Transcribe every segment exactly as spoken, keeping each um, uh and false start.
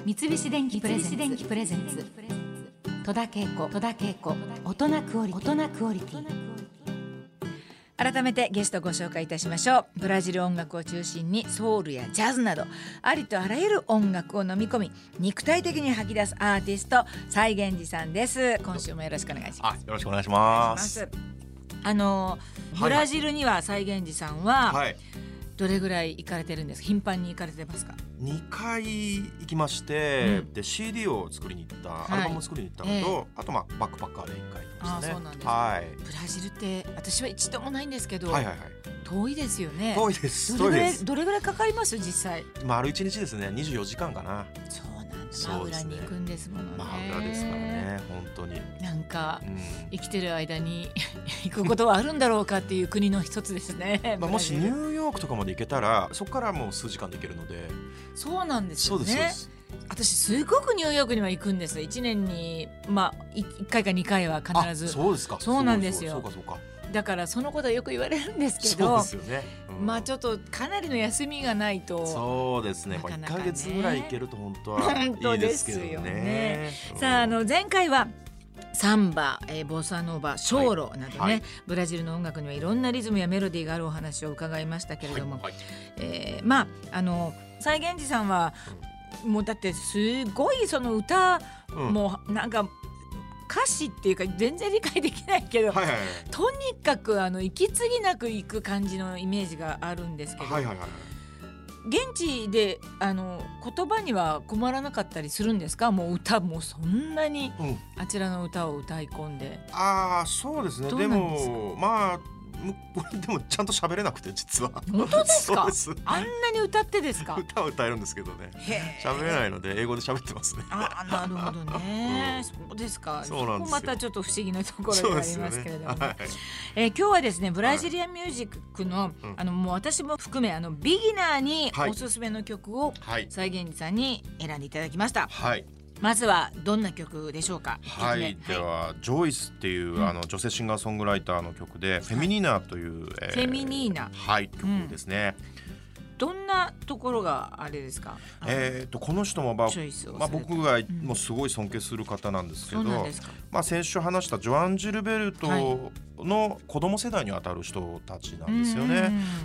三菱電機プレゼンツ戸田恵子大人クオリティ。改めてゲストをご紹介いたしましょう。ブラジル音楽を中心にソウルやジャズなどありとあらゆる音楽を飲み込み肉体的に吐き出すアーティスト西源寺さんです。今週もよろしくお願いします。 あ、よろしくお願いします。 あのブラジルには西源寺さんは、 はい、 どれぐらい行かれてるんですか？頻繁に行かれてますか？ にかい行きまして、うん、で シーディー を作りに行った、はい、アルバムを作りに行ったのと、えー、あとまあバックパッカーでいっかい行きましたね。 あ、そうなんです、 はい、 ブラジルって私は一度もないんですけど、 はいはいはい、 遠いですよね。 遠いです。 どれぐらい、どれぐらいかかります実際？ 丸一日ですね。にじゅうよじかんかな。 そうなんです。真裏に行くんですものね。 真裏ですからね、本当に。 なんか、うん、生きてる間に行くことはあるんだろうかっていう国の一つですね。 まあ、もしニューヨークとかまで行けたらそこからもう数時間で行けるので。 そうなんですよね。 そうですそうです。 私すごくニューヨークには行くんです。いちねんに、まあ、いっかいかにかいは必ず。 そうですか。 そうなんですよ。 そうかそうか。 だからそのことはよく言われるんですけど、 そうですよね、うん、 まあちょっとかなりの休みがないと。 そうですね、なかなかね、いっかげつぐらい行けると本当はいいですけどね。本当ですよね、 うん、さあ、あの前回はサンバ、えー、ボサノバ、ショーロなどね、はいはい、ブラジルの音楽にはいろんなリズムやメロディーがあるお話を伺いましたけれども、はいはい、えー、まああの西源寺さんは、うん、もうだってすごいその歌、うん、もうなんか歌詞っていうか全然理解できないけど、はいはいはい、とにかくあの息継ぎなくいく感じのイメージがあるんですけど、はいはいはい、現地であの言葉には困らなかったりするんですか？もう歌もそんなに、うん、あちらの歌を歌い込んで。 ああ、そうですね。でもまあでもちゃんと喋れなくて実は。 本当ですか？です、あんなに歌ってですか？ 歌は歌えるんですけどね、喋れないので英語で喋ってますね。 あ、なるほどね、うん、そうですか。そうなんですよ。そこまたちょっと不思議なところがありますけれども、ね、はい、えー、今日はですねブラジリアンミュージックの、はい、あのもう私も含めあのビギナーにおすすめの曲を西源寺さんに選んでいただきました。はい、まずはどんな曲でしょうか？ はい、ではジョイスっていう、うん、あの女性シンガーソングライターの曲で、はい、フェミニーナという、えー、 フェミニーナ、 はい、曲ですね、 うん、どんなところがあれですか？ えー、とこの人も、まあまあ、僕がもうすごい尊敬する方なんですけど、うん、まあ、先週話したジョアン・ジルベルトの子供世代にあたる人たちなんですよね、はい、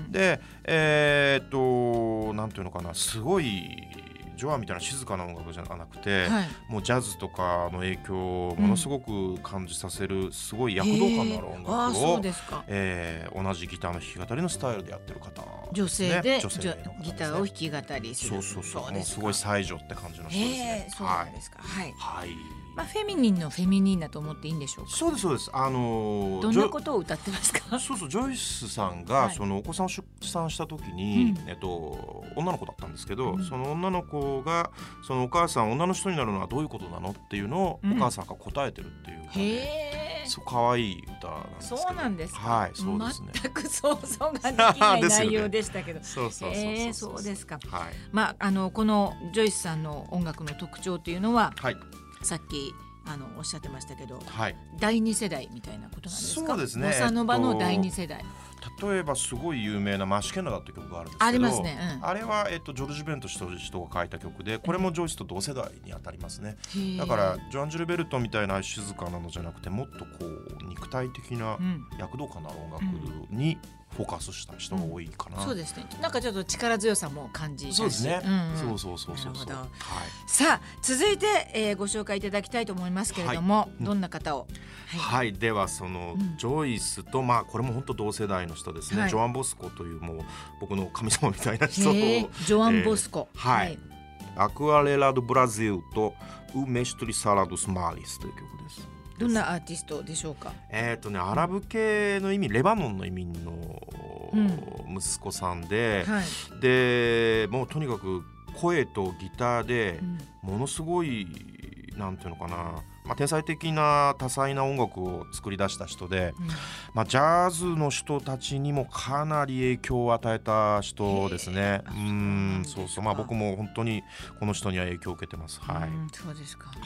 で、えー、となんていうのかな、すごいジョアみたいな静かな音楽じゃなくて、はい、もうジャズとかの影響をものすごく感じさせる、すごい躍動感のある音楽を、えー、同じギターの弾き語りのスタイルでやってる方、ね、 女性で女性の方、ね、ギターを弾き語りする。 そうそうそう、もうすごい才女って感じの人ですね。 そうなんですか。はい、 はい、 まあ、フェミニンのフェミニーナと思っていいんでしょうか？ そうですそうです。あのー、 どんなことを歌ってますか？ そうそう、ジョイスさんが、はい、そのお子さんを出産した時に、うん、えっと、女の子だったんですけど、うん、その女の子がそのお母さん女の人になるのはどういうことなのっていうのを、うん、お母さんが答えてるっていう歌で、へー、そう可愛い歌なんですけど。そうなんですか。はい、そうですね。 全く想像ができない内容でしたけど、 そうそうそうそう、 えー、そうですか。 はい、 まあ、あのこのジョイスさんの音楽の特徴というのは、はい、さっきあのおっしゃってましたけど、はい、だいに世代みたいなことなんですか？そうですね。ボサノバのだいに世代、 えっと、例えばすごい有名なマシュケナダって曲があるんですけど、 ありますね、うん、 あれは、えっと、ジョルジュ・ベント氏という人が書いた曲で、これもジョイスと同世代にあたりますね、うん、だからジョアン・ジルベルトみたいな静かなのじゃなくて、もっとこう肉体的な躍動感のある音楽に、うん、フォーカスした人が多いかな、うん、 そうですね。なんかちょっと力強さも感じたし、 そうですね、うんうん、そうそうそうそうそう、はい、 さあ続いて、えー、ご紹介いただきたいと思いますけれども、はい、どんな方を？ はい、はい、ではその、うん、ジョイスと、まあ、これも本当同世代の人ですね、はい、ジョアン・ボスコというもう僕の神様みたいな人を、ジョアン・ボスコ、 えー、はい、アクアレラ・ド・ブラジルとウ・メシトリ・サラドス・マーリスという曲です。 どんなアーティストでしょうか？ えーとね、アラブ系の移民、レバノンの移民の息子さんで、うん、はい、でもうとにかく声とギターでものすごい、うん、なんていうのかな、まあ、天才的な多彩な音楽を作り出した人で、うん、まあ、ジャズの人たちにもかなり影響を与えた人ですね。うん、そうそう、まあ、僕も本当にこの人には影響を受けてます。はい、うん、 そうですか。はい、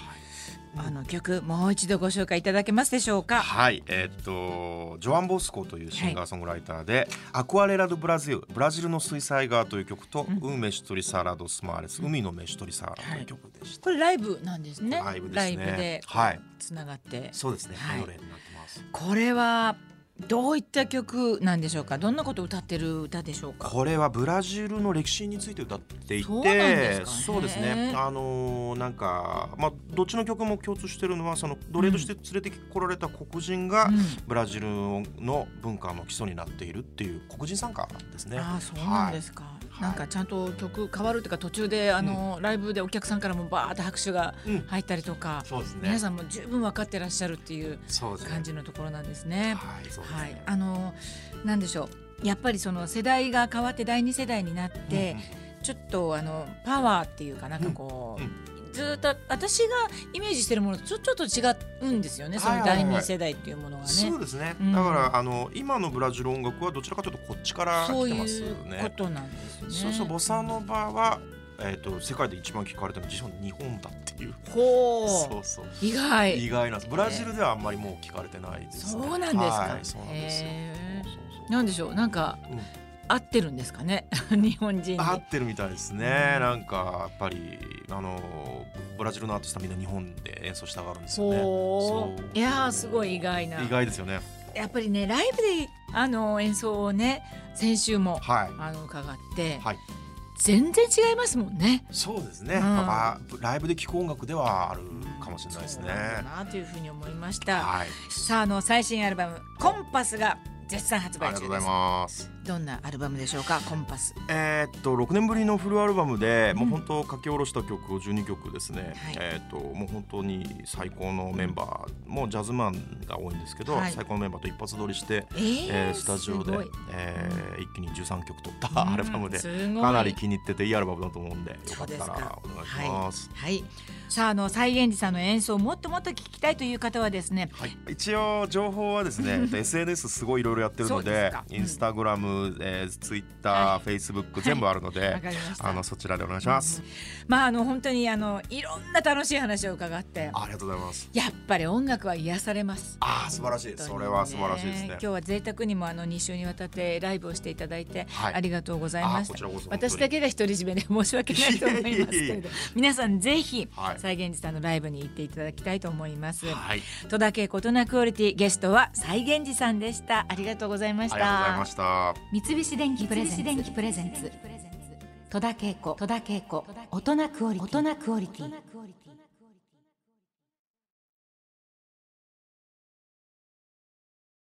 あの曲もう一度ご紹介いただけますでしょうか。 はい、えー、っとジョアン・ボスコというシンガーソングライターで、はい、アクアレラ・ド・ブラジルブラジルの水彩画という曲と、うん、ウーメシトリサラドスマーレス、うん、海の飯取りサラという曲でした、 はい、これライブなんですね。 ライブですね。 ライブでつながって、はい、 そうですね、メドレーになってます。 これはどういった曲なんでしょうか。どんなことを歌ってる歌でしょうか。 これはブラジルの歴史について歌っていて、 そうなんですか。 そうですね、あのー、なんか、まあ、どっちの曲も共通してるのはその奴隷として連れてこられた黒人が、うん、ブラジルの文化の基礎になっているっていう黒人参加ですね。 ああ、そうなんですか、はい、なんかちゃんと曲変わるというか途中であの、うん、ライブでお客さんからもバーって拍手が入ったりとか、うん、そうですね、皆さんも十分分かってらっしゃるっていう感じのところなんですね。 はい、そうですね。はい、 あのなんでしょう、やっぱりその世代が変わってだいに世代になって、うん、ちょっとあのパワーっていうかなんかこう、うんうん、ずっと私がイメージしてるものとちょ、ちょっと違うんですよね、そのだいに世代っていうものがね。 そうですね、うん、だからあの今のブラジル音楽はどちらかというとこっちから来てますね。 そういうことなんですね。 そうそう、ボサノバはえー、と世界で一番聴かれてるのは実は日本だっていう。 ほう、 そうそう、 意外意外なんです。ブラジルではあんまりもう聴かれてないですね。 そうなんですか。 はい、そうなんですよ。 なんでしょう、なんか、うん、合ってるんですかね日本人に。 合ってるみたいですね、うん、なんかやっぱりあのブラジルのアーティストはみんな日本で演奏したがるんですよね。 そういやー、すごい意外な。 意外ですよね。 やっぱりね、ライブであの演奏をね先週も、はい、あの伺って、はい、全然違いますもんね。 そうですね、うん、まあ、ライブで聴く音楽ではあるかもしれないですね。そうだなというふうに思いました、はい、さあ、あの最新アルバムコンパスが絶賛発売中です。 ありがとうございます。 どんなアルバムでしょうか、コンパス。 えー、っとろくねんぶりのフルアルバムで、うん、もう本当書き下ろした曲をじゅうにきょくですね、はい、えー、っともう本当に最高のメンバー、もうジャズマンが多いんですけど、はい、最高のメンバーと一発撮りして、えーえー、スタジオで、えー、一気にじゅうさんきょく撮ったアルバムで、かなり気に入ってていいアルバムだと思うんで、よかったらお願いします。 はい、はい、さあ、あの再現寺さんの演奏をもっともっと聞きたいという方はですね、 はい、一応情報はですねエスエヌエス すごいいろいろやってるので、インスタグラム、えー、ツイッター、フェイスブック全部あるので、はい、あのそちらでお願いします。うん、 まあ、あの本当にあのいろんな楽しい話を伺って、 ありがとうございます。 やっぱり音楽は癒されます。 あー、素晴らしい、ね、それは素晴らしいですね。 今日は贅沢にもあのに週にわたってライブをしていただいて、はい、ありがとうございました。私だけが独り占めで申し訳ないと思いますけれど皆さんぜひ再現寺さんのライブに行っていただきたいと思います。はい、戸田恵子トナクオリティ、ゲストは再現寺さんでした。ありがとうございました。 ありがとうございました。 三菱電機プレゼンツ戸田恵子戸田恵子大人クオリティ。